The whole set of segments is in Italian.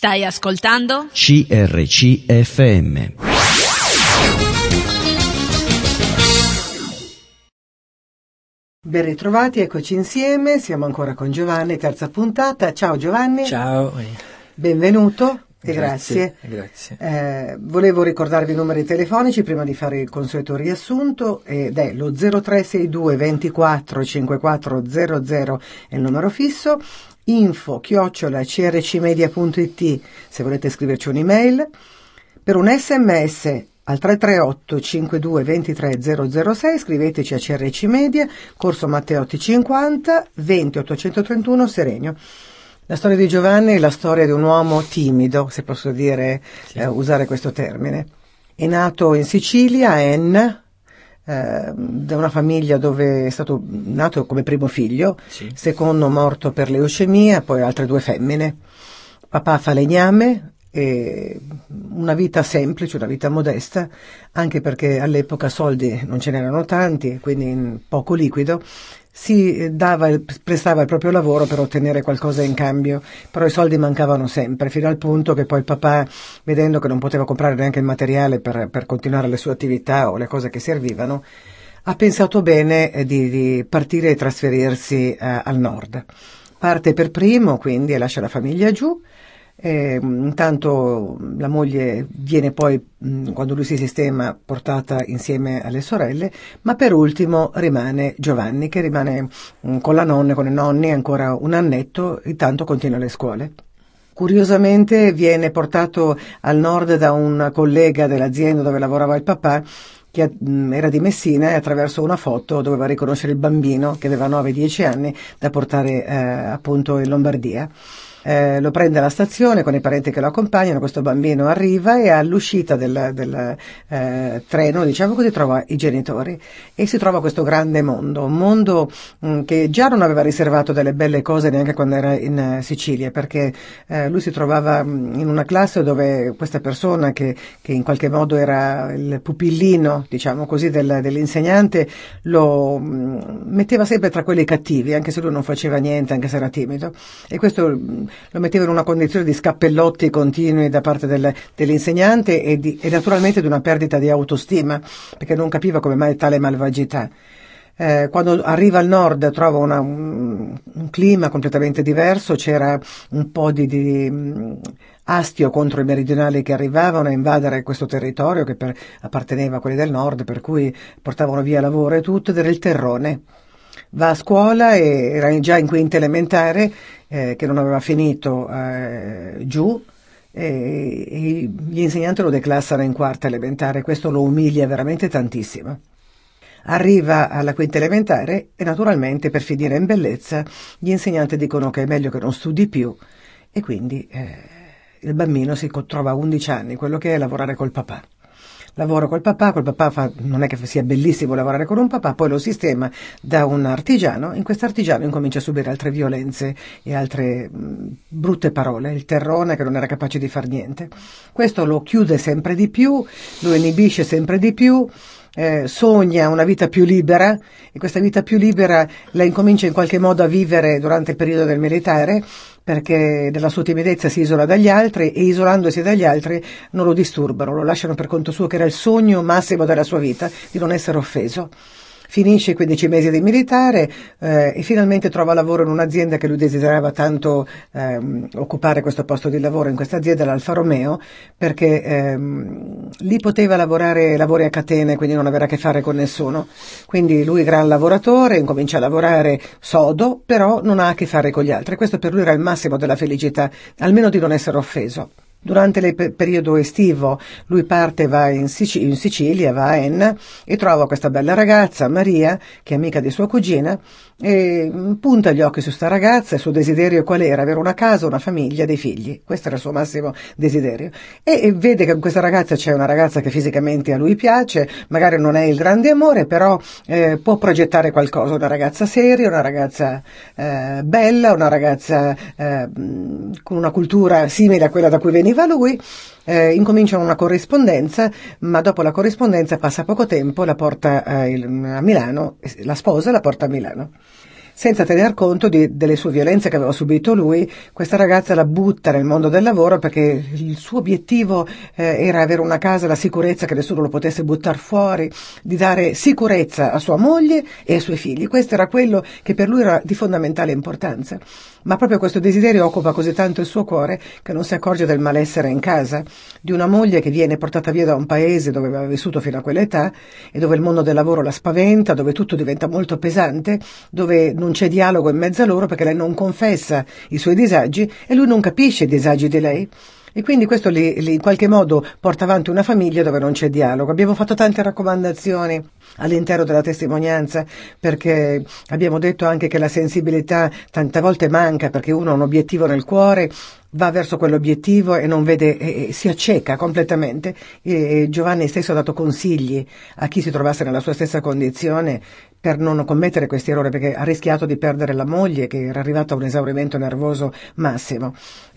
Stai ascoltando? CRC FM. Ben ritrovati, eccoci insieme, siamo ancora con Giovanni, terza puntata. Ciao Giovanni. Ciao. Benvenuto e grazie. Grazie. Volevo ricordarvi i numeri telefonici prima di fare il consueto riassunto, ed è lo 0362 24 5400 è il numero fisso, info@crcmedia.it se volete scriverci un'email, per un sms al 338 52 23 006 scriveteci a CRC Media, Corso Matteotti 50 20 831 Serenio. La storia di Giovanni è la storia di un uomo timido, se posso dire, sì, usare questo termine. È nato in Sicilia, a Enna, da una famiglia dove è stato nato come primo figlio, sì, secondo morto per leucemia, poi altre due femmine. Papà falegname, e una vita semplice, una vita modesta, anche perché all'epoca soldi non ce n'erano tanti, quindi poco liquido. Si prestava il proprio lavoro per ottenere qualcosa in cambio, però i soldi mancavano sempre, fino al punto che poi il papà, vedendo che non poteva comprare neanche il materiale per continuare le sue attività o le cose che servivano, ha pensato bene di partire e trasferirsi al nord. Parte per primo, quindi, e lascia la famiglia giù. Intanto la moglie viene poi, quando lui si sistema, portata insieme alle sorelle, ma per ultimo rimane Giovanni, che rimane con la nonna, con i nonni ancora un annetto, intanto continua le scuole. Curiosamente viene portato al nord da un collega dell'azienda dove lavorava il papà, che era di Messina, e attraverso una foto doveva riconoscere il bambino, che aveva 9-10 anni, da portare appunto in Lombardia. Lo prende alla stazione con i parenti che lo accompagnano, questo bambino arriva e all'uscita del treno, diciamo così, trova i genitori e si trova questo grande mondo, un mondo che già non aveva riservato delle belle cose neanche quando era in Sicilia, perché lui si trovava in una classe dove questa persona che in qualche modo era il pupillino, diciamo così, dell'insegnante, lo metteva sempre tra quelli cattivi, anche se lui non faceva niente, anche se era timido, e questo lo metteva in una condizione di scappellotti continui da parte dell'insegnante e naturalmente di una perdita di autostima, perché non capiva come mai tale malvagità. Quando arriva al nord trova un clima completamente diverso, c'era un po' di astio contro i meridionali che arrivavano a invadere questo territorio che apparteneva a quelli del nord, per cui portavano via lavoro e tutto, ed era il terrone. Va a scuola e era già in quinta elementare, che non aveva finito giù, e gli insegnanti lo declassano in quarta elementare. Questo lo umilia veramente tantissimo. Arriva alla quinta elementare e naturalmente, per finire in bellezza, gli insegnanti dicono che è meglio che non studi più, e quindi il bambino si trova a 11 anni, quello che è lavorare col papà. Lavoro col papà non è che sia bellissimo lavorare con un papà, poi lo sistema da un artigiano, in questo artigiano incomincia a subire altre violenze e altre brutte parole, il terrone che non era capace di far niente. Questo lo chiude sempre di più, lo inibisce sempre di più, sogna una vita più libera, e questa vita più libera la incomincia in qualche modo a vivere durante il periodo del militare, perché nella sua timidezza si isola dagli altri, e isolandosi dagli altri non lo disturbano, lo lasciano per conto suo, che era il sogno massimo della sua vita, di non essere offeso. Finisce i 15 mesi di militare e finalmente trova lavoro in un'azienda che lui desiderava tanto occupare questo posto di lavoro, in questa azienda, l'Alfa Romeo, perché lì poteva lavorare lavori a catene, quindi non avere a che fare con nessuno. Quindi lui, gran lavoratore, incomincia a lavorare sodo, però non ha a che fare con gli altri. Questo per lui era il massimo della felicità, almeno di non essere offeso. Durante il periodo estivo lui parte e va in Sicilia, va a Enna, e trova questa bella ragazza, Maria, che è amica di sua cugina, e punta gli occhi su sta ragazza. Il suo desiderio qual era? Avere una casa, una famiglia, dei figli. Questo era il suo massimo desiderio. E vede che in questa ragazza c'è una ragazza che fisicamente a lui piace, magari non è il grande amore, però può progettare qualcosa, una ragazza seria, una ragazza bella, una ragazza con una cultura simile a quella da cui veniva lui. Incominciano una corrispondenza, ma dopo la corrispondenza passa poco tempo, la porta a Milano, la sposa, la porta a Milano. senza tener conto delle sue violenze che aveva subito lui. Questa ragazza la butta nel mondo del lavoro perché il suo obiettivo era avere una casa, la sicurezza, che nessuno lo potesse buttare fuori, di dare sicurezza a sua moglie e ai suoi figli. Questo era quello che per lui era di fondamentale importanza. Ma proprio questo desiderio occupa così tanto il suo cuore che non si accorge del malessere in casa, di una moglie che viene portata via da un paese dove aveva vissuto fino a quell'età e dove il mondo del lavoro la spaventa, dove tutto diventa molto pesante, dove non c'è dialogo in mezzo a loro perché lei non confessa i suoi disagi e lui non capisce i disagi di lei. E quindi questo li in qualche modo porta avanti una famiglia dove non c'è dialogo. Abbiamo fatto tante raccomandazioni all'interno della testimonianza, perché abbiamo detto anche che la sensibilità tante volte manca, perché uno ha un obiettivo nel cuore, va verso quell'obiettivo e non vede, e si acceca completamente. E Giovanni stesso ha dato consigli a chi si trovasse nella sua stessa condizione per non commettere questi errori, perché ha rischiato di perdere la moglie che era arrivata a un esaurimento nervoso massimo.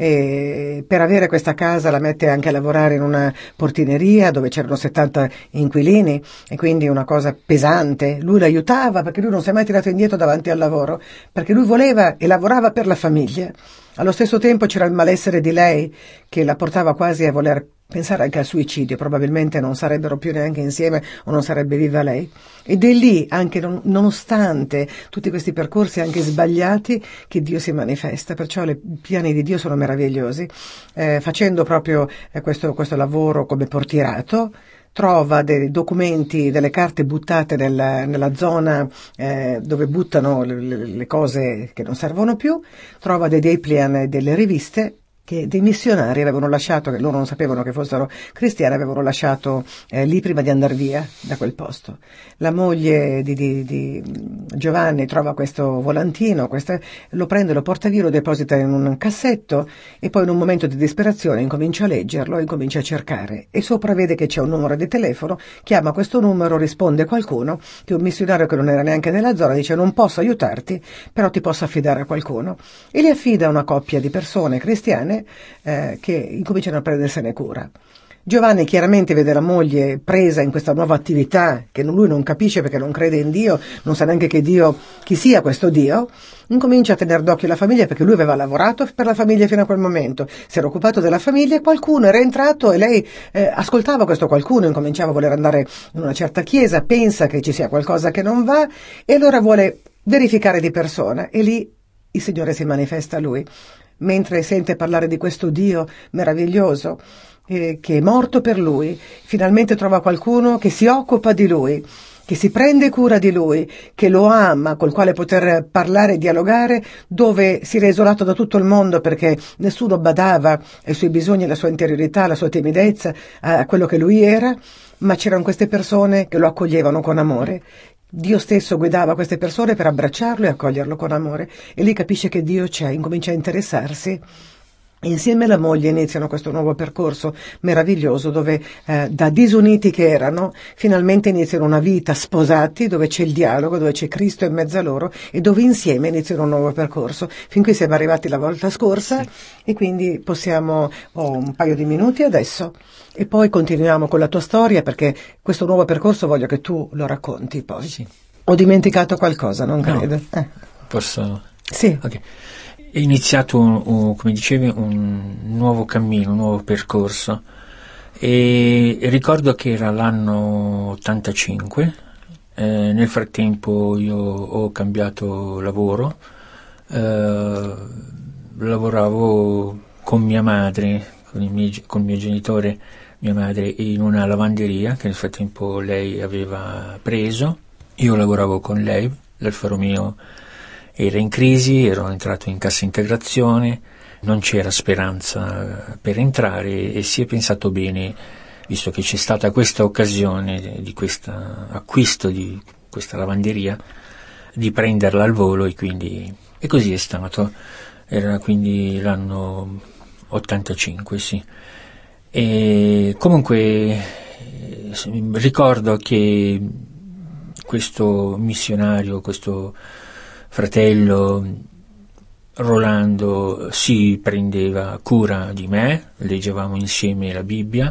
E per avere questa casa la mette anche a lavorare in una portineria dove c'erano 70 inquilini e quindi una cosa pesante. Lui l'aiutava perché lui non si è mai tirato indietro davanti al lavoro, perché lui voleva e lavorava per la famiglia. Allo stesso tempo c'era il malessere di lei che la portava quasi a voler pensare anche al suicidio, probabilmente non sarebbero più neanche insieme o non sarebbe viva lei. Ed è lì, anche nonostante tutti questi percorsi anche sbagliati, che Dio si manifesta. Perciò i piani di Dio sono meravigliosi. Facendo proprio questo lavoro come portierato, trova dei documenti, delle carte buttate nella zona dove buttano le cose che non servono più, trova dei dépliant e delle riviste che dei missionari avevano lasciato, che loro non sapevano che fossero cristiani, avevano lasciato lì prima di andare via da quel posto. La moglie di Giovanni trova questo volantino, lo prende, lo porta via, lo deposita in un cassetto e poi in un momento di disperazione incomincia a leggerlo, incomincia a cercare e sopra vede che c'è un numero di telefono, chiama questo numero, risponde qualcuno, che è un missionario che non era neanche nella zona, dice non posso aiutarti, però ti posso affidare a qualcuno. E li affida a una coppia di persone cristiane che incominciano a prendersene cura. Giovanni chiaramente vede la moglie presa in questa nuova attività che lui non capisce perché non crede in Dio, non sa neanche chi sia questo Dio. Incomincia a tenere d'occhio la famiglia perché lui aveva lavorato per la famiglia fino a quel momento, si era occupato della famiglia e qualcuno era entrato e lei ascoltava questo qualcuno, incominciava a voler andare in una certa chiesa, pensa che ci sia qualcosa che non va e allora vuole verificare di persona e lì il Signore si manifesta a lui. Mentre sente parlare di questo Dio meraviglioso che è morto per lui, finalmente trova qualcuno che si occupa di lui, che si prende cura di lui, che lo ama, col quale poter parlare e dialogare, dove si era isolato da tutto il mondo perché nessuno badava ai suoi bisogni, alla sua interiorità, alla sua timidezza, a quello che lui era, ma c'erano queste persone che lo accoglievano con amore. Dio stesso guidava queste persone per abbracciarlo e accoglierlo con amore e lì capisce che Dio c'è, incomincia a interessarsi. Insieme alla moglie iniziano questo nuovo percorso meraviglioso dove da disuniti che erano finalmente iniziano una vita sposati dove c'è il dialogo, dove c'è Cristo in mezzo a loro e dove insieme iniziano un nuovo percorso. Fin qui siamo arrivati la volta scorsa e quindi ho un paio di minuti adesso e poi continuiamo con la tua storia perché questo nuovo percorso voglio che tu lo racconti poi. Sì. Ho dimenticato qualcosa, non credo? No. Posso? Sì. Okay. È iniziato, come dicevi, un nuovo cammino, un nuovo percorso e ricordo che era l'anno 85, nel frattempo io ho cambiato lavoro, lavoravo con mia madre, con il mio genitore, mia madre in una lavanderia che nel frattempo lei aveva preso, io lavoravo con lei, l'Alfa Romeo era in crisi, ero entrato in cassa integrazione, non c'era speranza per entrare e si è pensato bene, visto che c'è stata questa occasione di questo acquisto di questa lavanderia, di prenderla al volo e così è stato. Era quindi l'anno 85, sì. E comunque ricordo che questo missionario, questo fratello Rolando si prendeva cura di me, leggevamo insieme la Bibbia,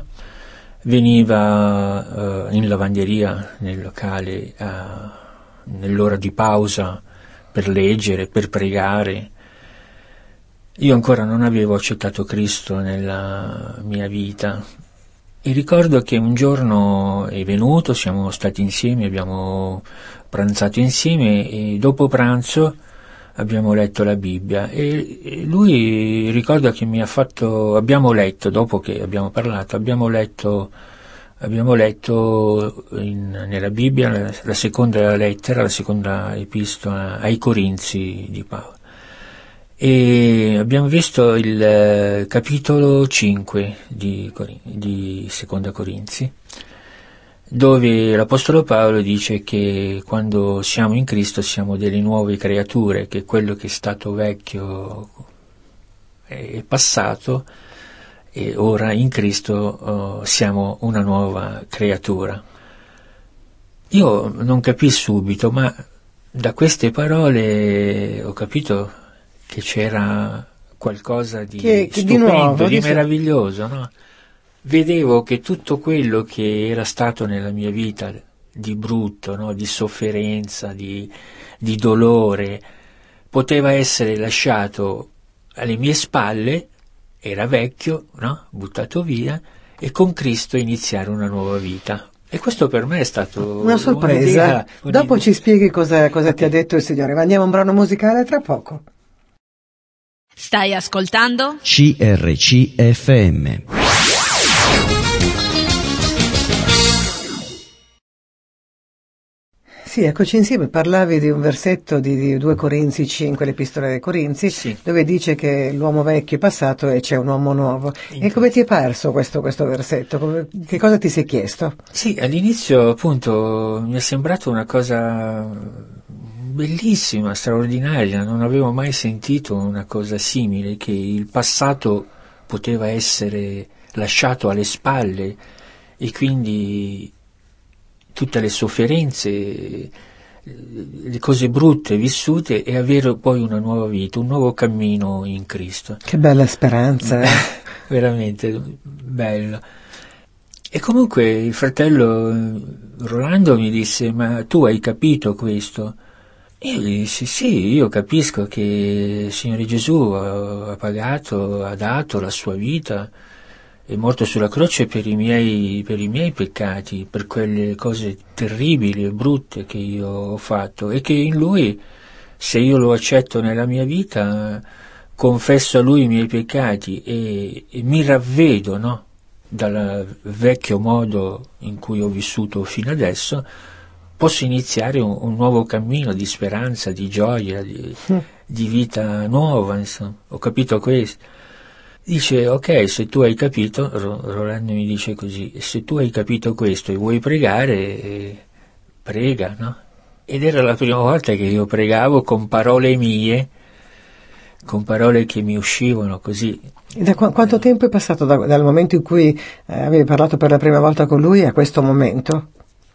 veniva in lavanderia nel locale nell'ora di pausa per leggere, per pregare. Io ancora non avevo accettato Cristo nella mia vita e ricordo che un giorno è venuto, siamo stati insieme, abbiamo pranzato insieme e dopo pranzo abbiamo letto la Bibbia e lui ricordo che abbiamo letto, dopo che abbiamo parlato, abbiamo letto nella Bibbia la seconda lettera, la seconda epistola ai Corinzi di Paolo. E abbiamo visto il capitolo 5 di Seconda Corinzi, dove l'Apostolo Paolo dice che quando siamo in Cristo siamo delle nuove creature, che quello che è stato vecchio è passato e ora in Cristo siamo una nuova creatura. Io non capii subito, ma da queste parole ho capito che c'era qualcosa di stupendo, di nuovo, di meraviglioso, no? Vedevo che tutto quello che era stato nella mia vita di brutto, no? Di sofferenza, di dolore, poteva essere lasciato alle mie spalle, era vecchio, no? Buttato via, e con Cristo iniziare una nuova vita. E questo per me è stato una sorpresa. Dopo ci spieghi cosa ti ha detto il Signore. Ma andiamo a un brano musicale tra poco. Stai ascoltando? CRCFM. Sì, eccoci insieme. Parlavi di un versetto di 2 Corinzi 5, l'Epistola dei Corinzi, sì, dove dice che l'uomo vecchio è passato e c'è un uomo nuovo. E come ti è parso questo versetto? Che cosa ti sei chiesto? Sì, all'inizio appunto mi è sembrato una cosa bellissima, straordinaria, non avevo mai sentito una cosa simile, che il passato poteva essere lasciato alle spalle e quindi tutte le sofferenze, le cose brutte vissute e avere poi una nuova vita, un nuovo cammino in Cristo. Che bella speranza, eh? Veramente bello. E comunque il fratello Rolando mi disse: ma tu hai capito questo? E io gli dissi: sì, io capisco che il Signore Gesù ha pagato, ha dato la sua vita, è morto sulla croce per i miei peccati, per quelle cose terribili e brutte che io ho fatto, e che in Lui, se io lo accetto nella mia vita, confesso a Lui i miei peccati e mi ravvedo, no? Dal vecchio modo in cui ho vissuto fino adesso, posso iniziare un nuovo cammino di speranza, di gioia, di vita nuova, insomma. Ho capito questo. Dice: ok, se tu hai capito, Rolando mi dice così, se tu hai capito questo e vuoi pregare, prega, no? Ed era la prima volta che io pregavo con parole mie, con parole che mi uscivano così. E da quanto tempo è passato dal momento in cui avevi parlato per la prima volta con lui a questo momento?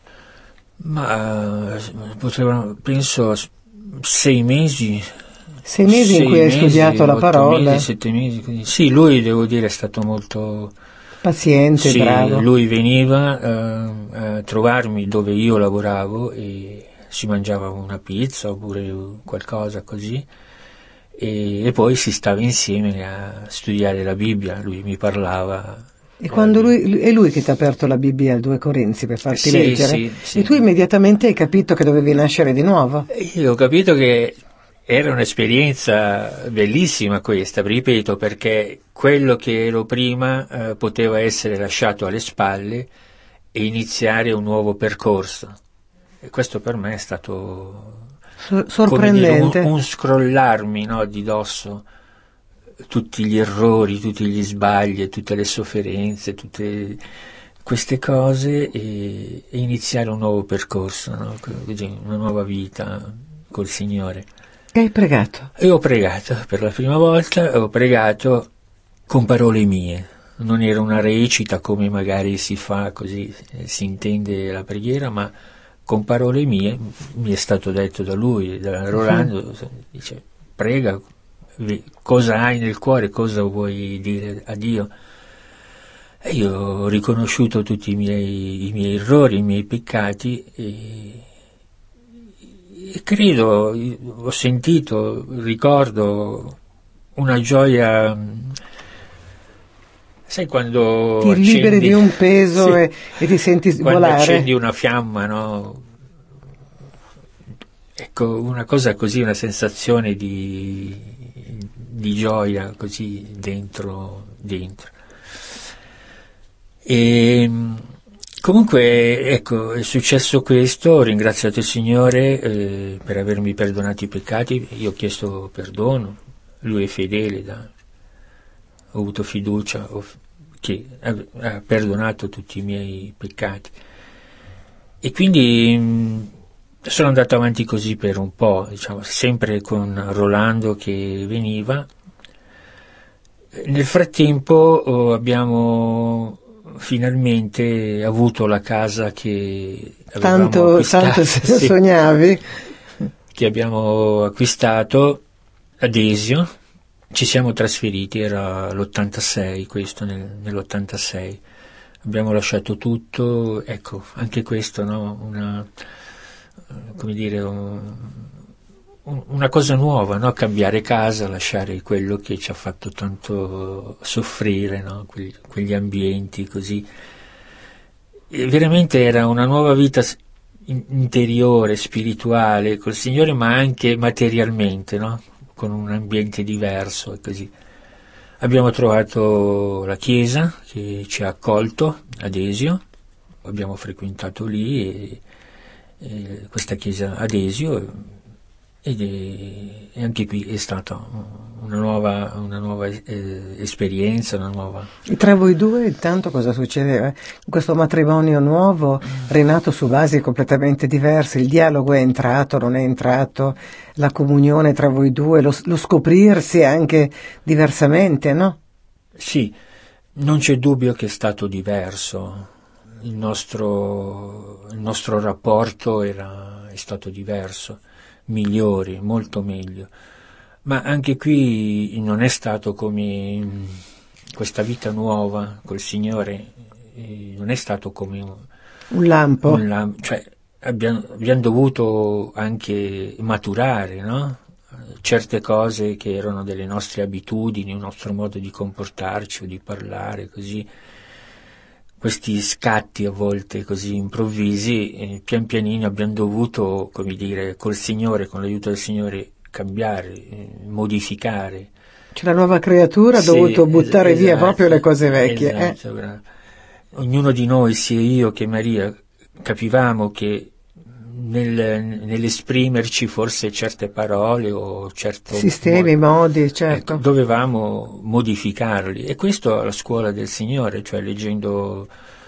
Ma penso 6 mesi. 6 mesi in cui hai studiato la parola? 8 mesi, 7 mesi, quindi. Sì, lui, devo dire, è stato molto paziente, sì, bravo. Lui veniva a trovarmi dove io lavoravo e si mangiava una pizza oppure qualcosa così, e poi si stava insieme a studiare la Bibbia. Lui mi parlava. E quando è lui che ti ha aperto la Bibbia al 2 Corinzi per farti leggere? Sì. E tu immediatamente hai capito che dovevi nascere di nuovo? Io ho capito che era un'esperienza bellissima questa, ripeto, perché quello che ero prima poteva essere lasciato alle spalle e iniziare un nuovo percorso. E questo per me è stato sorprendente, come dire, un scrollarmi, no, di dosso tutti gli errori, tutti gli sbagli, tutte le sofferenze, tutte queste cose e iniziare un nuovo percorso, no? Una nuova vita col Signore. E hai pregato? E ho pregato per la prima volta, ho pregato con parole mie, non era una recita come magari si fa, così si intende la preghiera, ma con parole mie. Mi è stato detto da lui, da Rolando, dice: prega, cosa hai nel cuore, cosa vuoi dire a Dio. E io ho riconosciuto tutti i miei errori, i miei peccati, credo, ho sentito, ricordo una gioia, sai, quando ti liberi di un peso, sì, e ti senti quando volare. accendi una fiamma, no? Ecco, una cosa così, una sensazione di gioia così dentro. E comunque, ecco, è successo questo, ho ringraziato il Signore per avermi perdonato i peccati, io ho chiesto perdono, Lui è fedele, ho avuto fiducia che ha perdonato tutti i miei peccati. E quindi sono andato avanti così per un po', diciamo, sempre con Rolando che veniva. Nel frattempo abbiamo finalmente avuto la casa che avevamo acquistato, tanto sì, sognavi. che abbiamo acquistato ad Esio. Ci siamo trasferiti, era l'86, questo nell'86. Abbiamo lasciato tutto, ecco, anche questo, no? Come dire, una cosa nuova, no? Cambiare casa, lasciare quello che ci ha fatto tanto soffrire, no? Quegli ambienti così. E veramente era una nuova vita interiore, spirituale col Signore, ma anche materialmente, no? Con un ambiente diverso e così. Abbiamo trovato la chiesa che ci ha accolto ad Esio, abbiamo frequentato lì questa chiesa ad Esio, e anche qui è stata una nuova esperienza, una nuova. Tra voi due intanto cosa succedeva? In questo matrimonio nuovo, rinato su basi completamente diverse, il dialogo è entrato, non è entrato, la comunione tra voi due, lo scoprirsi anche diversamente, no? Sì, non c'è dubbio che è stato diverso, il nostro rapporto è stato diverso, migliore, molto meglio, ma anche qui non è stato come questa vita nuova col Signore, non è stato come un lampo, cioè abbiamo dovuto anche maturare, no? Certe cose che erano delle nostre abitudini, un nostro modo di comportarci o di parlare, così, questi scatti a volte così improvvisi, pian pianino abbiamo dovuto, come dire, col Signore, con l'aiuto del Signore, cambiare, modificare. C'è la nuova creatura, ha dovuto buttare via proprio le cose vecchie. Esatto, ognuno di noi, sia io che Maria, capivamo che nell'esprimerci forse certe parole o certi sistemi, modi, certo, dovevamo modificarli, e questo alla scuola del Signore, cioè leggendo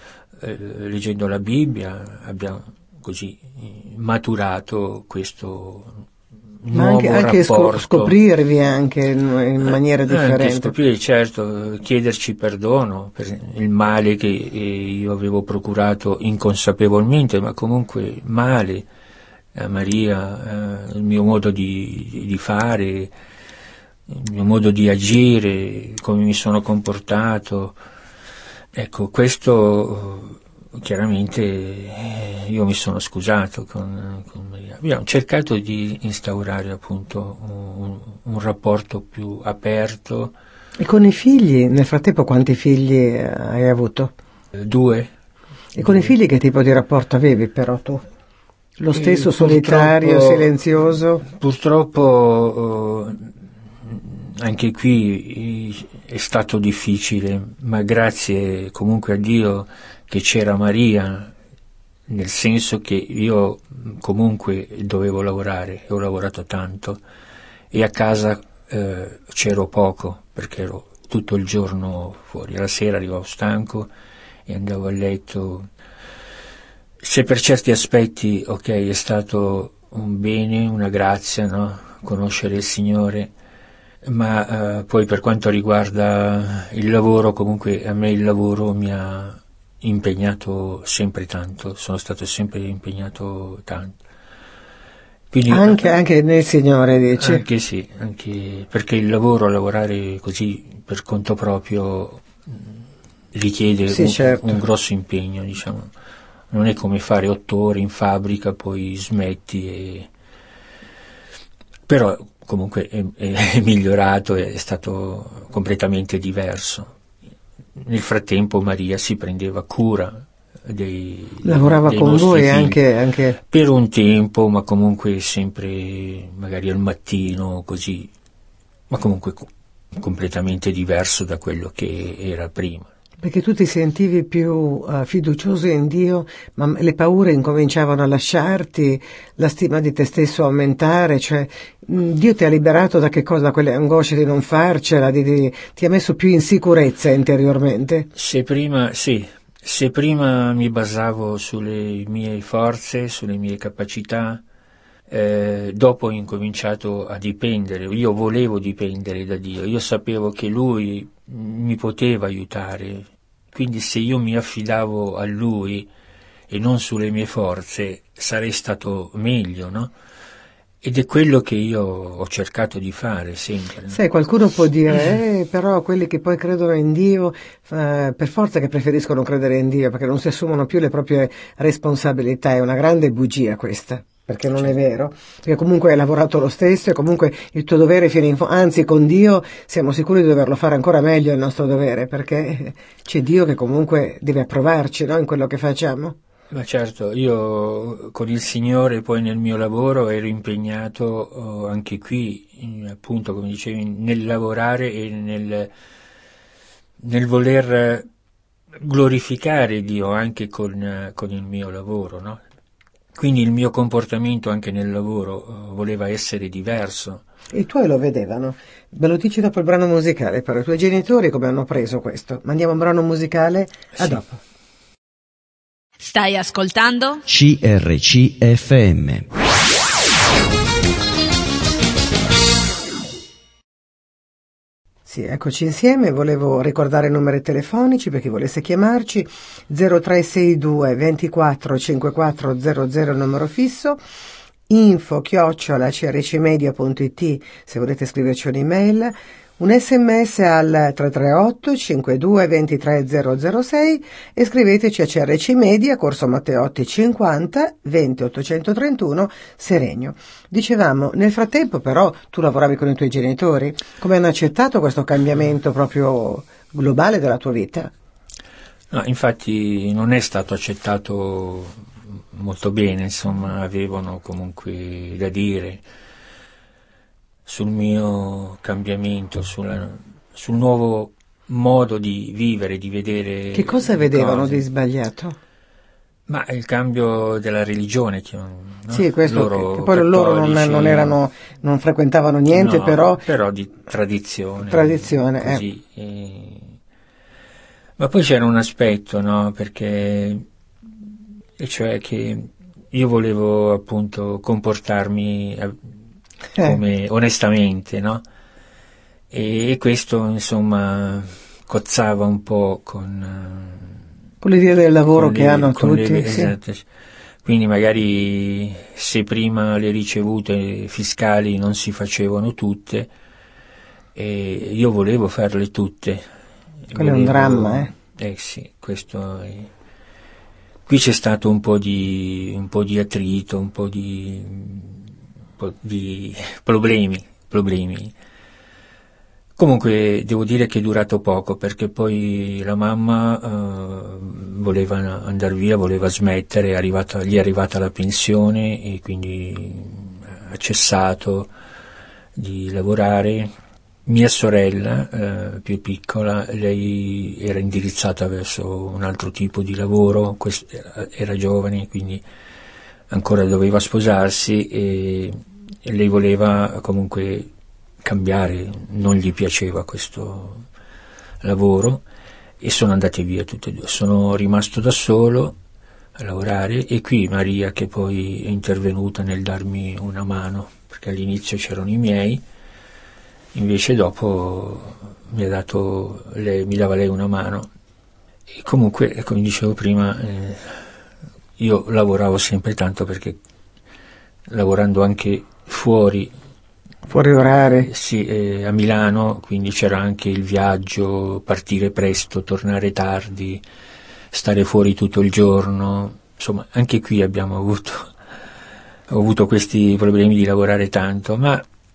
la Bibbia abbiamo così maturato questo nuovo anche rapporto. Scoprirvi anche in maniera differente. Anche scoprire, certo, chiederci perdono per il male che io avevo procurato inconsapevolmente, ma comunque male a Maria, il mio modo di fare, il mio modo di agire, come mi sono comportato. Ecco, questo chiaramente io mi sono scusato con Maria. Abbiamo cercato di instaurare appunto un rapporto più aperto. E con i figli, nel frattempo quanti figli hai avuto? 2. E con i figli che tipo di rapporto avevi però tu? Lo stesso, solitario, silenzioso? Purtroppo anche qui è stato difficile, ma grazie comunque a Dio che c'era Maria, nel senso che io comunque dovevo lavorare e ho lavorato tanto, e a casa c'ero poco perché ero tutto il giorno fuori, la sera arrivavo stanco e andavo a letto. Se per certi aspetti, ok, è stato un bene, una grazia, no? Conoscere il Signore, ma poi per quanto riguarda il lavoro, comunque a me il lavoro mi ha impegnato sempre tanto, sono stato sempre impegnato tanto. Quindi, anche nel Signore, dici? Anche sì, anche perché il lavoro, lavorare così per conto proprio richiede certo, un grosso impegno, diciamo. Non è come fare 8 ore in fabbrica, poi smetti Però comunque è migliorato, è stato completamente diverso. Nel frattempo Maria si prendeva cura lavorava dei con nostri voi figli anche per un tempo, ma comunque sempre magari al mattino così, ma comunque completamente diverso da quello che era prima. perché tu ti sentivi più fiducioso in Dio, ma le paure incominciavano a lasciarti, la stima di te stesso aumentare, cioè Dio ti ha liberato da che cosa? Da quelle angosce di non farcela, ti ha messo più in sicurezza interiormente? Se prima mi basavo sulle mie forze, sulle mie capacità, dopo ho incominciato a dipendere. Io volevo dipendere da Dio, io sapevo che Lui mi poteva aiutare, quindi se io mi affidavo a Lui e non sulle mie forze sarei stato meglio, no? Ed è quello che io ho cercato di fare sempre. No? Sai, qualcuno può dire, però quelli che poi credono in Dio, per forza che preferiscono credere in Dio, perché non si assumono più le proprie responsabilità. È una grande bugia questa, perché non è vero. Perché comunque hai lavorato lo stesso e comunque il tuo dovere fino in fondo, anzi con Dio siamo sicuri di doverlo fare ancora meglio il nostro dovere, perché c'è Dio che comunque deve approvarci, no, in quello che facciamo. Ma certo, io con il Signore poi nel mio lavoro ero impegnato anche qui, appunto come dicevi, nel lavorare e nel voler glorificare Dio anche con il mio lavoro, no? Quindi il mio comportamento anche nel lavoro voleva essere diverso. E i tuoi lo vedevano. Me lo dici dopo il brano musicale, però i tuoi genitori come hanno preso questo? Mandiamo un brano musicale? A Sì. dopo. Stai ascoltando? CRCFM. Sì, eccoci insieme, volevo ricordare i numeri telefonici per chi volesse chiamarci, 0362 24 54 00 numero fisso, info@crcmedia.it se volete scriverci un'email, un sms al 338 52 23 006 e scriveteci a CRC Media, Corso Matteotti 50 20 831 Seregno. Dicevamo, nel frattempo però tu lavoravi con i tuoi genitori, come hanno accettato questo cambiamento proprio globale della tua vita? No, infatti non è stato accettato molto bene, insomma, avevano comunque da dire sul mio cambiamento, sul nuovo modo di vivere, di vedere. Che cosa le vedevano cose. di sbagliato? Ma il cambio della religione, no? Sì, questo che poi cattolici, loro non frequentavano niente, no, però di tradizione. Tradizione, così, Ma poi c'era un aspetto, no? Perché, e cioè che io volevo appunto comportarmi come onestamente, no? E questo insomma cozzava un po' con l'idea del lavoro che hanno tutti. Sì. Esatto. Quindi magari se prima le ricevute fiscali non si facevano tutte, io volevo farle tutte. Quello è un dramma, sì, questo è. Qui c'è stato un po' di attrito, un po' di problemi. Comunque devo dire che è durato poco, perché poi la mamma voleva andare via, voleva smettere, gli è arrivata la pensione e quindi ha cessato di lavorare. Mia sorella, più piccola, lei era indirizzata verso un altro tipo di lavoro, era giovane, quindi ancora doveva sposarsi e lei voleva comunque cambiare, non gli piaceva questo lavoro e sono andate via tutte e due. Sono rimasto da solo a lavorare e qui Maria, che poi è intervenuta nel darmi una mano, perché all'inizio c'erano i miei, invece dopo mi dava lei una mano. E comunque, come dicevo prima, io lavoravo sempre tanto, perché lavorando anche fuori orari. Sì, a Milano, quindi c'era anche il viaggio, partire presto, tornare tardi, stare fuori tutto il giorno, insomma anche qui ho avuto questi problemi di lavorare tanto, ma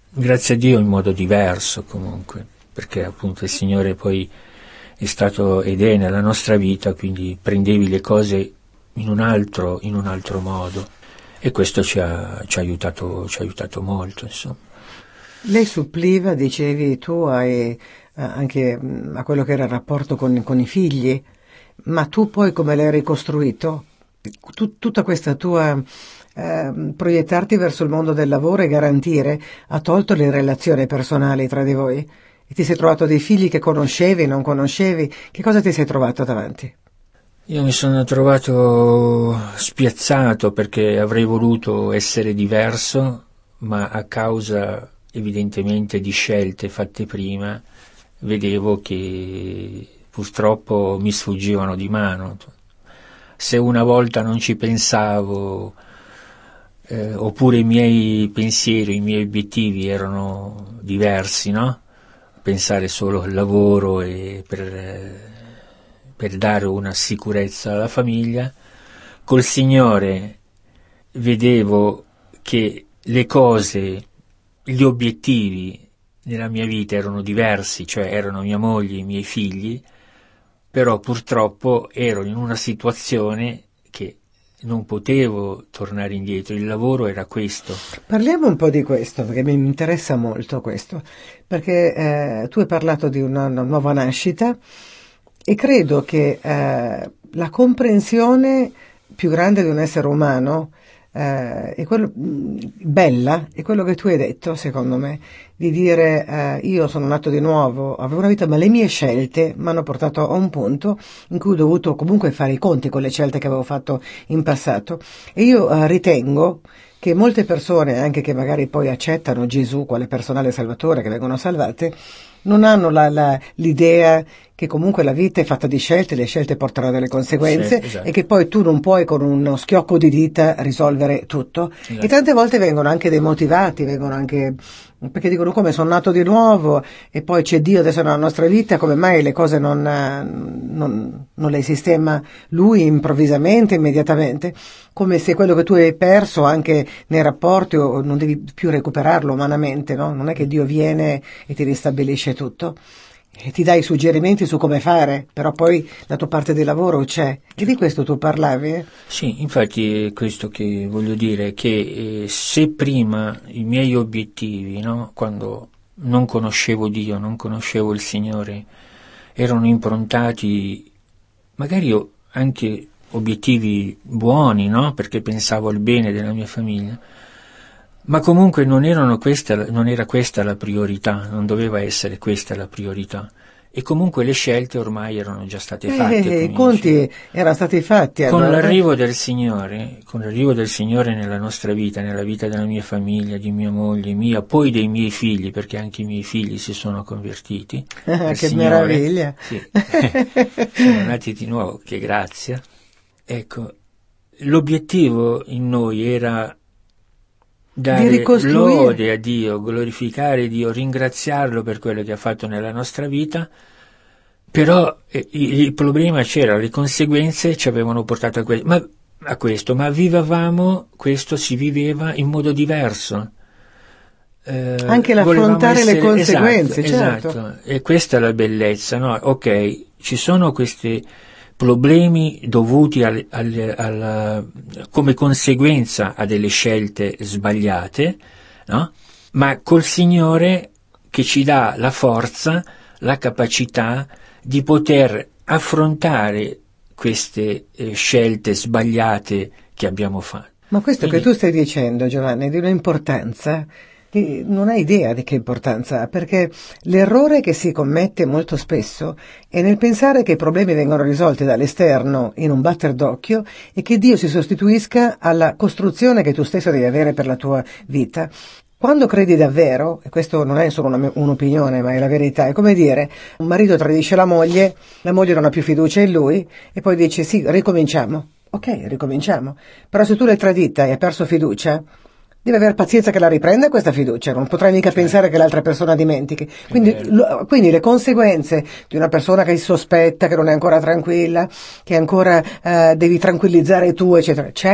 grazie a Dio in modo diverso comunque, perché appunto il Signore poi è stato ed è nella nostra vita, quindi prendevi le cose in un altro modo, e questo ci ha aiutato molto, insomma. Lei suppliva, dicevi tu, anche a quello che era il rapporto con i figli, ma tu poi come l'hai ricostruito? Tutta questa tua proiettarti verso il mondo del lavoro e garantire ha tolto le relazioni personali tra di voi? E ti sei trovato dei figli che conoscevi, non conoscevi? Che cosa ti sei trovato davanti? Io mi sono trovato spiazzato perché avrei voluto essere diverso, ma a causa evidentemente di scelte fatte prima, vedevo che purtroppo mi sfuggivano di mano. Se una volta non ci pensavo, oppure i miei pensieri, i miei obiettivi erano diversi, no? Pensare solo al lavoro e per dare una sicurezza alla famiglia. Col Signore vedevo che le cose, gli obiettivi nella mia vita erano diversi, cioè erano mia moglie, i miei figli, però purtroppo ero in una situazione che non potevo tornare indietro, il lavoro era questo. Parliamo un po' di questo, perché mi interessa molto questo, perché tu hai parlato di una nuova nascita e credo che la comprensione più grande di un essere umano bella è quello che tu hai detto, secondo me, di dire io sono nato di nuovo, avevo una vita, ma le mie scelte mi hanno portato a un punto in cui ho dovuto comunque fare i conti con le scelte che avevo fatto in passato, e io ritengo che molte persone, anche che magari poi accettano Gesù quale personale salvatore, che vengono salvate, non hanno l'idea che comunque la vita è fatta di scelte, le scelte portano delle conseguenze, Sì, esatto. E che poi tu non puoi con uno schiocco di dita risolvere tutto. Esatto. E tante volte vengono anche demotivati, vengono anche perché dicono come sono nato di nuovo e poi c'è Dio adesso nella nostra vita, come mai le cose non le sistema Lui improvvisamente, immediatamente, come se quello che tu hai perso anche nei rapporti o non devi più recuperarlo umanamente, no? Non è che Dio viene e ti ristabilisce tutto e ti dà i suggerimenti su come fare, però poi la tua parte di lavoro c'è. E di questo tu parlavi? Sì, infatti è questo che voglio dire, che se prima i miei obiettivi, no, quando non conoscevo Dio, non conoscevo il Signore, erano improntati, magari anche obiettivi buoni, no, perché pensavo al bene della mia famiglia, ma comunque non era questa la priorità, non doveva essere questa la priorità. E comunque le scelte ormai erano già state fatte. I conti erano stati fatti. Con allora. l'arrivo del Signore nella nostra vita, nella vita della mia famiglia, di mia moglie, mia, poi dei miei figli, perché anche i miei figli si sono convertiti. Che Signore. meraviglia! Sì. Sono nati di nuovo, che grazia. Ecco, l'obiettivo in noi era dare lode a Dio, glorificare Dio, ringraziarlo per quello che ha fatto nella nostra vita, però il problema c'era, le conseguenze ci avevano portato a questo, ma vivevamo, questo si viveva in modo diverso. Anche l'affrontare le conseguenze, certo. Esatto, e questa è la bellezza, no? Ok, ci sono questi problemi dovuti come conseguenza a delle scelte sbagliate, no? Ma col Signore che ci dà la forza, la capacità di poter affrontare queste scelte sbagliate che abbiamo fatto. Ma questo che tu stai dicendo, Giovanni, è di un'importanza che non hai idea di che importanza ha, perché l'errore che si commette molto spesso è nel pensare che i problemi vengono risolti dall'esterno in un batter d'occhio e che Dio si sostituisca alla costruzione che tu stesso devi avere per la tua vita. Quando credi davvero, e questo non è solo un'opinione ma è la verità, è come dire, un marito tradisce la moglie non ha più fiducia in lui e poi dice sì, ricominciamo. Ok, ricominciamo. Però se tu l'hai tradita e hai perso fiducia, devi avere pazienza che la riprenda questa fiducia, non potrai mica pensare che l'altra persona dimentichi. Quindi le conseguenze di una persona che si sospetta, che non è ancora tranquilla, che ancora devi tranquillizzare tu, eccetera, c'è.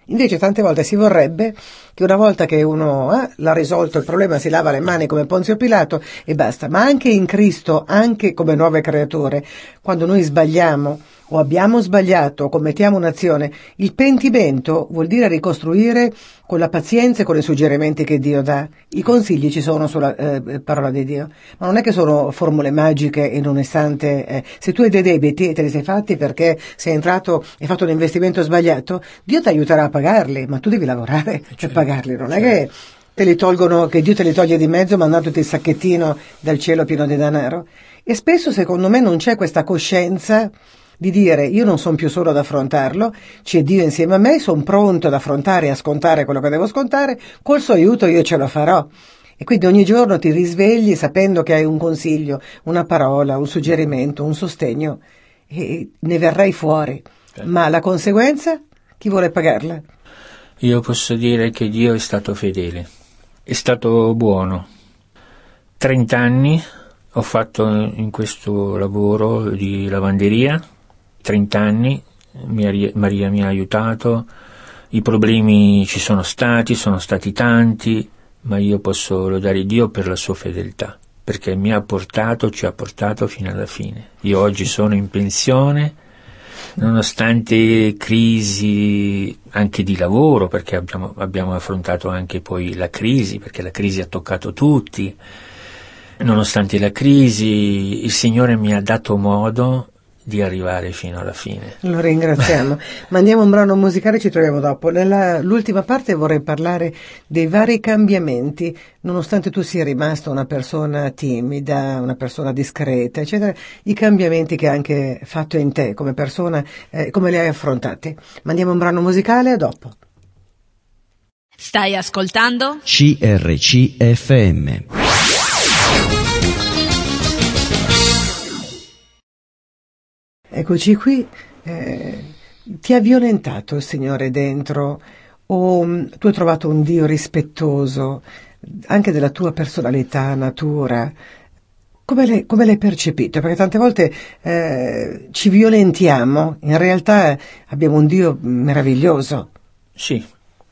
Invece tante volte si vorrebbe che una volta che uno l'ha risolto il problema si lava le mani come Ponzio Pilato e basta, ma anche in Cristo, anche come nuove creature, quando noi sbagliamo o abbiamo sbagliato o commettiamo un'azione, il pentimento vuol dire ricostruire con la pazienza e con i suggerimenti che Dio dà. I consigli ci sono sulla parola di Dio, ma non è che sono formule magiche in un istante. Se tu hai dei debiti e te li sei fatti perché sei entrato e hai fatto un investimento sbagliato, Dio ti aiuterà a pagarli, ma tu devi lavorare per pagarli, non è che te li tolgono, che Dio te li toglie di mezzo mandandoti il sacchettino dal cielo pieno di denaro. E spesso secondo me non c'è questa coscienza di dire io non sono più solo ad affrontarlo, c'è Dio insieme a me, sono pronto ad affrontare e a scontare quello che devo scontare, col suo aiuto io ce lo farò. E quindi ogni giorno ti risvegli sapendo che hai un consiglio, una parola, un suggerimento, un sostegno e ne verrai fuori. Ma la conseguenza chi vuole pagarla? Io posso dire che Dio è stato fedele, è stato buono. 30 anni ho fatto in questo lavoro di lavanderia, 30 anni, Maria mi ha aiutato, i problemi ci sono stati tanti, ma io posso lodare Dio per la sua fedeltà, perché ci ha portato fino alla fine. Io oggi sono in pensione, nonostante crisi anche di lavoro, perché abbiamo affrontato anche poi la crisi, perché la crisi ha toccato tutti. Nonostante la crisi, il Signore mi ha dato modo di arrivare fino alla fine. Lo ringraziamo. Mandiamo un brano musicale, ci troviamo dopo. Nell'ultima parte vorrei parlare dei vari cambiamenti, nonostante tu sia rimasta una persona timida, una persona discreta, eccetera, i cambiamenti che hai anche fatto in te come persona, come li hai affrontati. Mandiamo un brano musicale, a dopo. Stai ascoltando? CRCFM. Eccoci qui, ti ha violentato il Signore dentro o tu hai trovato un Dio rispettoso anche della tua personalità, natura? Come l'hai percepito? Perché tante volte ci violentiamo, in realtà abbiamo un Dio meraviglioso. Sì,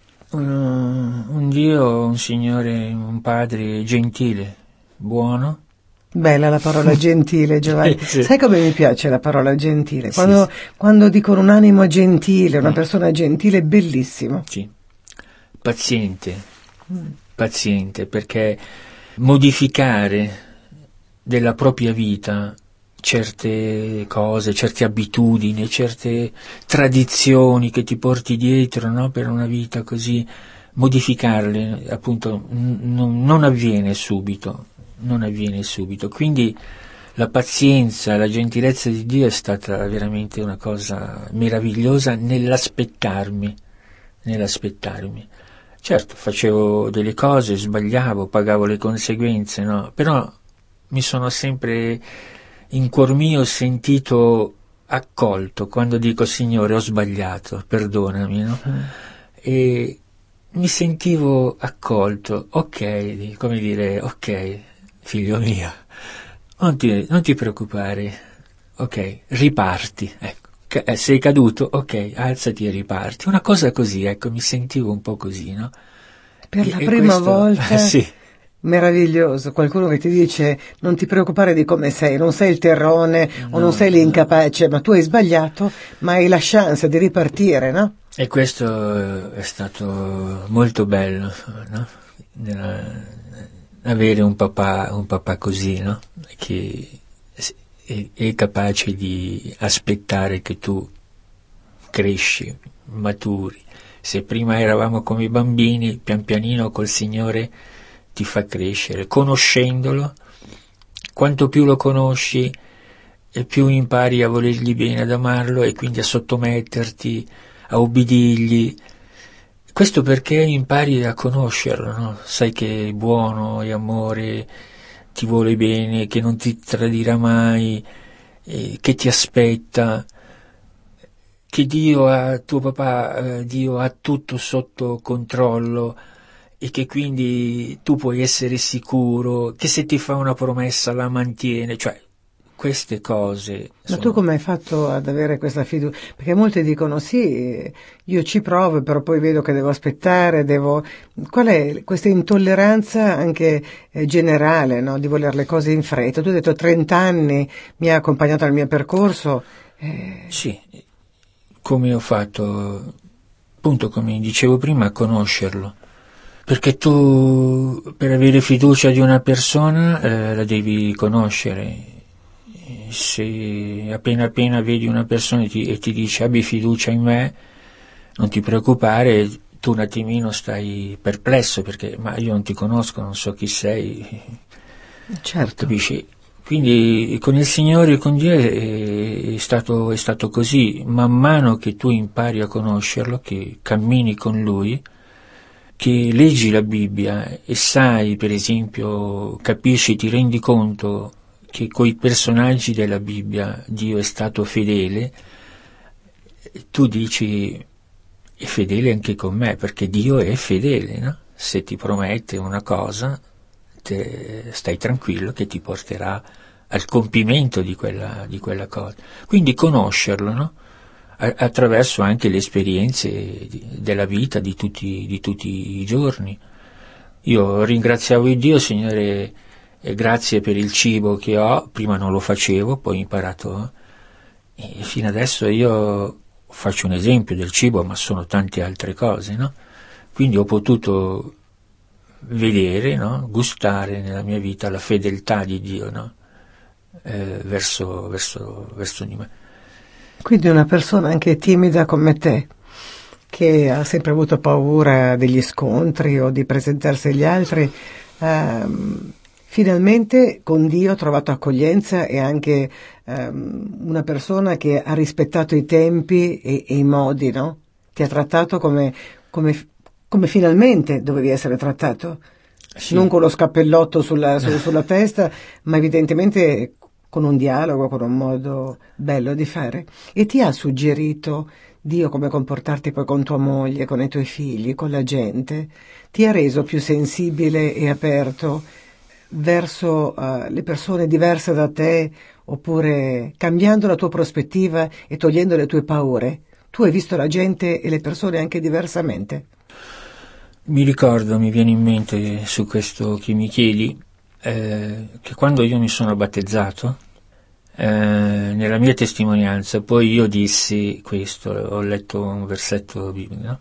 un Dio, un Signore, un Padre gentile, buono. Bella la parola gentile, Giovanni. Sì. Sai come mi piace la parola gentile? Sì. Quando dicono un animo gentile, una persona gentile, è bellissimo. Sì, paziente, perché modificare della propria vita certe cose, certe abitudini, certe tradizioni che ti porti dietro, no? Per una vita così, modificarle appunto non avviene subito. Quindi la pazienza, la gentilezza di Dio è stata veramente una cosa meravigliosa nell'aspettarmi. Certo, facevo delle cose, sbagliavo, pagavo le conseguenze, no? Però mi sono sempre in cuor mio sentito accolto quando dico Signore ho sbagliato, perdonami, no? E mi sentivo accolto, ok, come dire, ok, figlio mio, non ti preoccupare, ok, riparti, ecco, sei caduto, ok, alzati e riparti, una cosa così, ecco, mi sentivo un po' così, no? Per la prima volta, sì. Meraviglioso, qualcuno che ti dice non ti preoccupare di come sei, non sei il terrone o non sei l'incapace, ma tu hai sbagliato, ma hai la chance di ripartire, no? E questo è stato molto bello, no? Avere un papà così, no? Che è capace di aspettare che tu cresci, maturi. Se prima eravamo come i bambini, pian pianino col Signore ti fa crescere, conoscendolo. Quanto più lo conosci e più impari a volergli bene, ad amarlo e quindi a sottometterti, a ubbidirgli. Questo perché impari a conoscerlo, no? Sai che è buono, è amore, ti vuole bene, che non ti tradirà mai, che ti aspetta, che tuo papà, Dio ha tutto sotto controllo e che quindi tu puoi essere sicuro che se ti fa una promessa la mantiene, cioè queste cose... Ma tu come hai fatto ad avere questa fiducia? Perché molti dicono sì, io ci provo, però poi vedo che devo aspettare, Qual è questa intolleranza anche generale, no? Di voler le cose in fretta? Tu hai detto 30 anni mi ha accompagnato al mio percorso. Sì, come ho fatto, appunto come dicevo prima, a conoscerlo. Perché tu, per avere fiducia di una persona, la devi conoscere. Se appena vedi una persona e ti dice abbi fiducia in me, non ti preoccupare, tu un attimino stai perplesso perché ma io non ti conosco, non so chi sei. Certo. Capisci? Quindi con il Signore e con Dio è stato così. Man mano che tu impari a conoscerlo, che cammini con Lui, che leggi la Bibbia e sai, per esempio, capisci, ti rendi conto che coi personaggi della Bibbia Dio è stato fedele, tu dici è fedele anche con me, perché Dio è fedele, no? Se ti promette una cosa, stai tranquillo che ti porterà al compimento di quella cosa. Quindi conoscerlo, no? Attraverso anche le esperienze della vita di tutti i giorni. Io ringraziavo il Dio, Signore, grazie per il cibo che ho, prima non lo facevo, poi ho imparato, e fino adesso io faccio un esempio del cibo, ma sono tante altre cose, no? Quindi ho potuto vedere, no? Gustare nella mia vita la fedeltà di Dio, no? Verso di me. Quindi una persona anche timida come te, che ha sempre avuto paura degli scontri o di presentarsi agli altri, finalmente con Dio ha trovato accoglienza e anche una persona che ha rispettato i tempi e i modi, no? Ti ha trattato come finalmente dovevi essere trattato. Sì. Non con lo scappellotto sulla testa, ma evidentemente con un dialogo, con un modo bello di fare. E ti ha suggerito Dio come comportarti poi con tua moglie, con i tuoi figli, con la gente? Ti ha reso più sensibile e aperto verso le persone diverse da te, oppure cambiando la tua prospettiva e togliendo le tue paure? Tu hai visto la gente e le persone anche diversamente? Mi ricordo, mi viene in mente su questo che mi chiedi, che quando io mi sono battezzato, nella mia testimonianza, poi io dissi questo, ho letto un versetto biblico, no?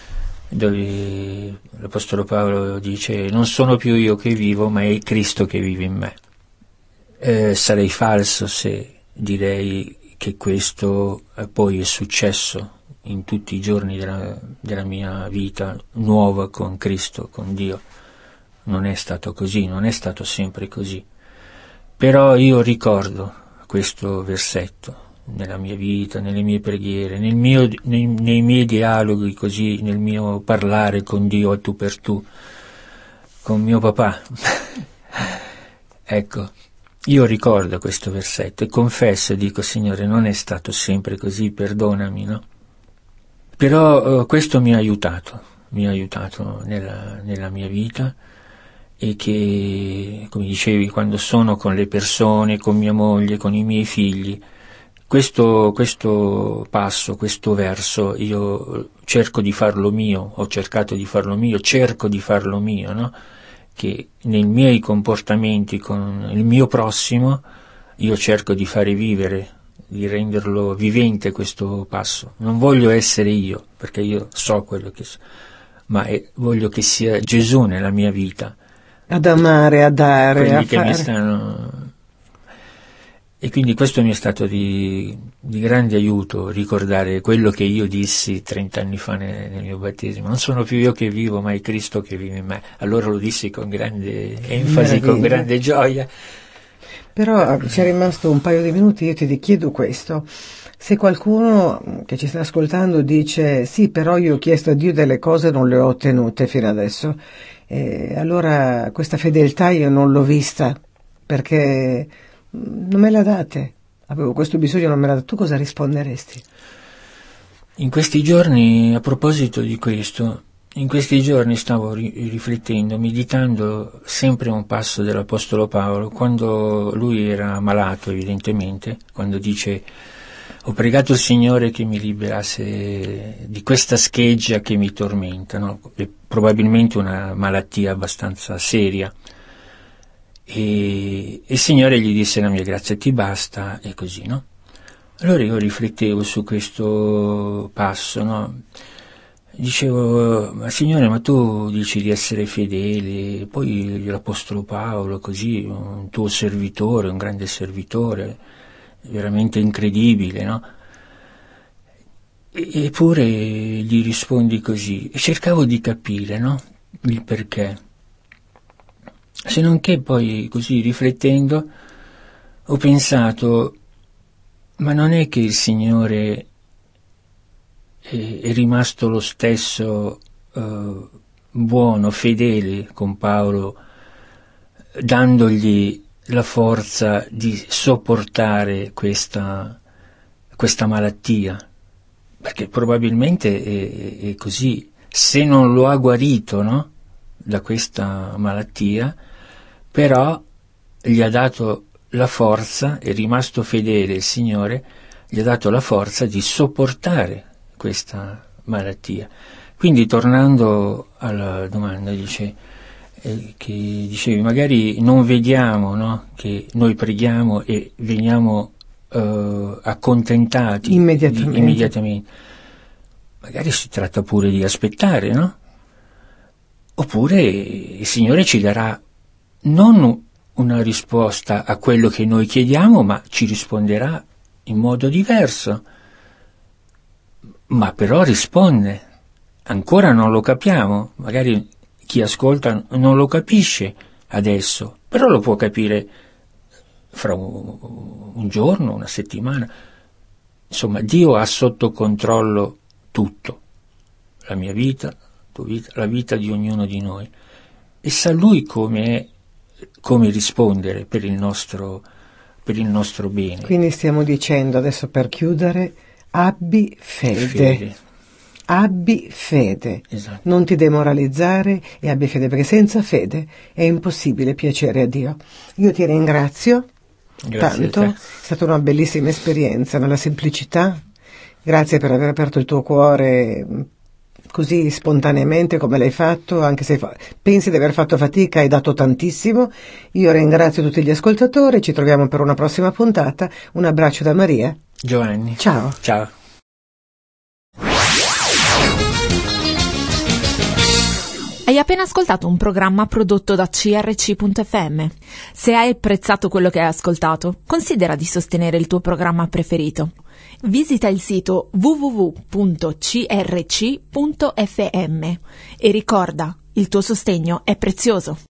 Dove l'Apostolo Paolo dice: non sono più io che vivo, ma è Cristo che vive in me. Sarei falso se direi che questo poi è successo in tutti i giorni della mia vita nuova con Cristo, con Dio. Non è stato così, non è stato sempre così. Però io ricordo questo versetto nella mia vita, nelle mie preghiere, nei miei dialoghi, così, nel mio parlare con Dio a tu per tu, con mio papà. Ecco, io ricordo questo versetto e confesso e dico: Signore, non è stato sempre così, perdonami, no? Però questo mi ha aiutato nella mia vita, e che, come dicevi, quando sono con le persone, con mia moglie, con i miei figli, questo passo, questo verso, io cerco di farlo mio, ho cercato di farlo mio, cerco di farlo mio, no? Che nei miei comportamenti con il mio prossimo io cerco di fare vivere, di renderlo vivente questo passo. Non voglio essere io, perché io so quello che so, ma voglio che sia Gesù nella mia vita. Ad amare, a dare, quelli a che fare. Mi stanno... E quindi questo mi è stato di grande aiuto, ricordare quello che io dissi 30 anni fa nel mio battesimo: non sono più io che vivo, ma è Cristo che vive in me. Allora lo dissi con grande enfasi, meraviglia, con grande gioia. Però ci è rimasto un paio di minuti, io ti chiedo questo: se qualcuno che ci sta ascoltando dice sì, però io ho chiesto a Dio delle cose e non le ho ottenute fino adesso, allora questa fedeltà io non l'ho vista perché non me la date, avevo questo bisogno, non me la date. Tu cosa risponderesti? In questi giorni, a proposito di questo, in questi giorni stavo riflettendo, meditando sempre un passo dell'Apostolo Paolo, quando lui era malato evidentemente, quando dice: ho pregato il Signore che mi liberasse di questa scheggia che mi tormenta, no? È probabilmente una malattia abbastanza seria. E il Signore gli disse: la mia grazia ti basta, e così, no? Allora io riflettevo su questo passo, no? Dicevo: ma Signore, ma tu dici di essere fedele, poi l'Apostolo Paolo, così, un tuo servitore, un grande servitore, veramente incredibile, no? Eppure gli rispondi così, e cercavo di capire, no? Il perché. Se non che poi, così riflettendo, ho pensato: ma non è che il Signore è rimasto lo stesso buono, fedele con Paolo, dandogli la forza di sopportare questa malattia? Perché probabilmente è così. Se non lo ha guarito, no, da questa malattia, però gli ha dato la forza, è rimasto fedele il Signore, gli ha dato la forza di sopportare questa malattia. Quindi, tornando alla domanda, che dicevi, magari non vediamo, no, che noi preghiamo e veniamo accontentati immediatamente. Magari si tratta pure di aspettare, no? Oppure il Signore ci darà non una risposta a quello che noi chiediamo, ma ci risponderà in modo diverso. Ma però risponde. Ancora non lo capiamo, magari chi ascolta non lo capisce adesso, però lo può capire fra un giorno, una settimana. Insomma, Dio ha sotto controllo tutto, la mia vita, la tua vita, la vita di ognuno di noi, e sa Lui come rispondere per il nostro bene. Quindi stiamo dicendo, adesso per chiudere, abbi fede. Abbi fede, esatto. Non ti demoralizzare e abbi fede, perché senza fede è impossibile piacere a Dio. Io ti ringrazio. Grazie tanto, è stata una bellissima esperienza nella semplicità. Grazie per aver aperto il tuo cuore così spontaneamente come l'hai fatto, anche se pensi di aver fatto fatica, hai dato tantissimo. Io ringrazio tutti gli ascoltatori, ci troviamo per una prossima puntata. Un abbraccio da Maria Giovanni. Ciao. Ciao. Hai appena ascoltato un programma prodotto da CRC.fm. Se hai apprezzato quello che hai ascoltato, considera di sostenere il tuo programma preferito. Visita il sito www.crc.fm e ricorda, il tuo sostegno è prezioso.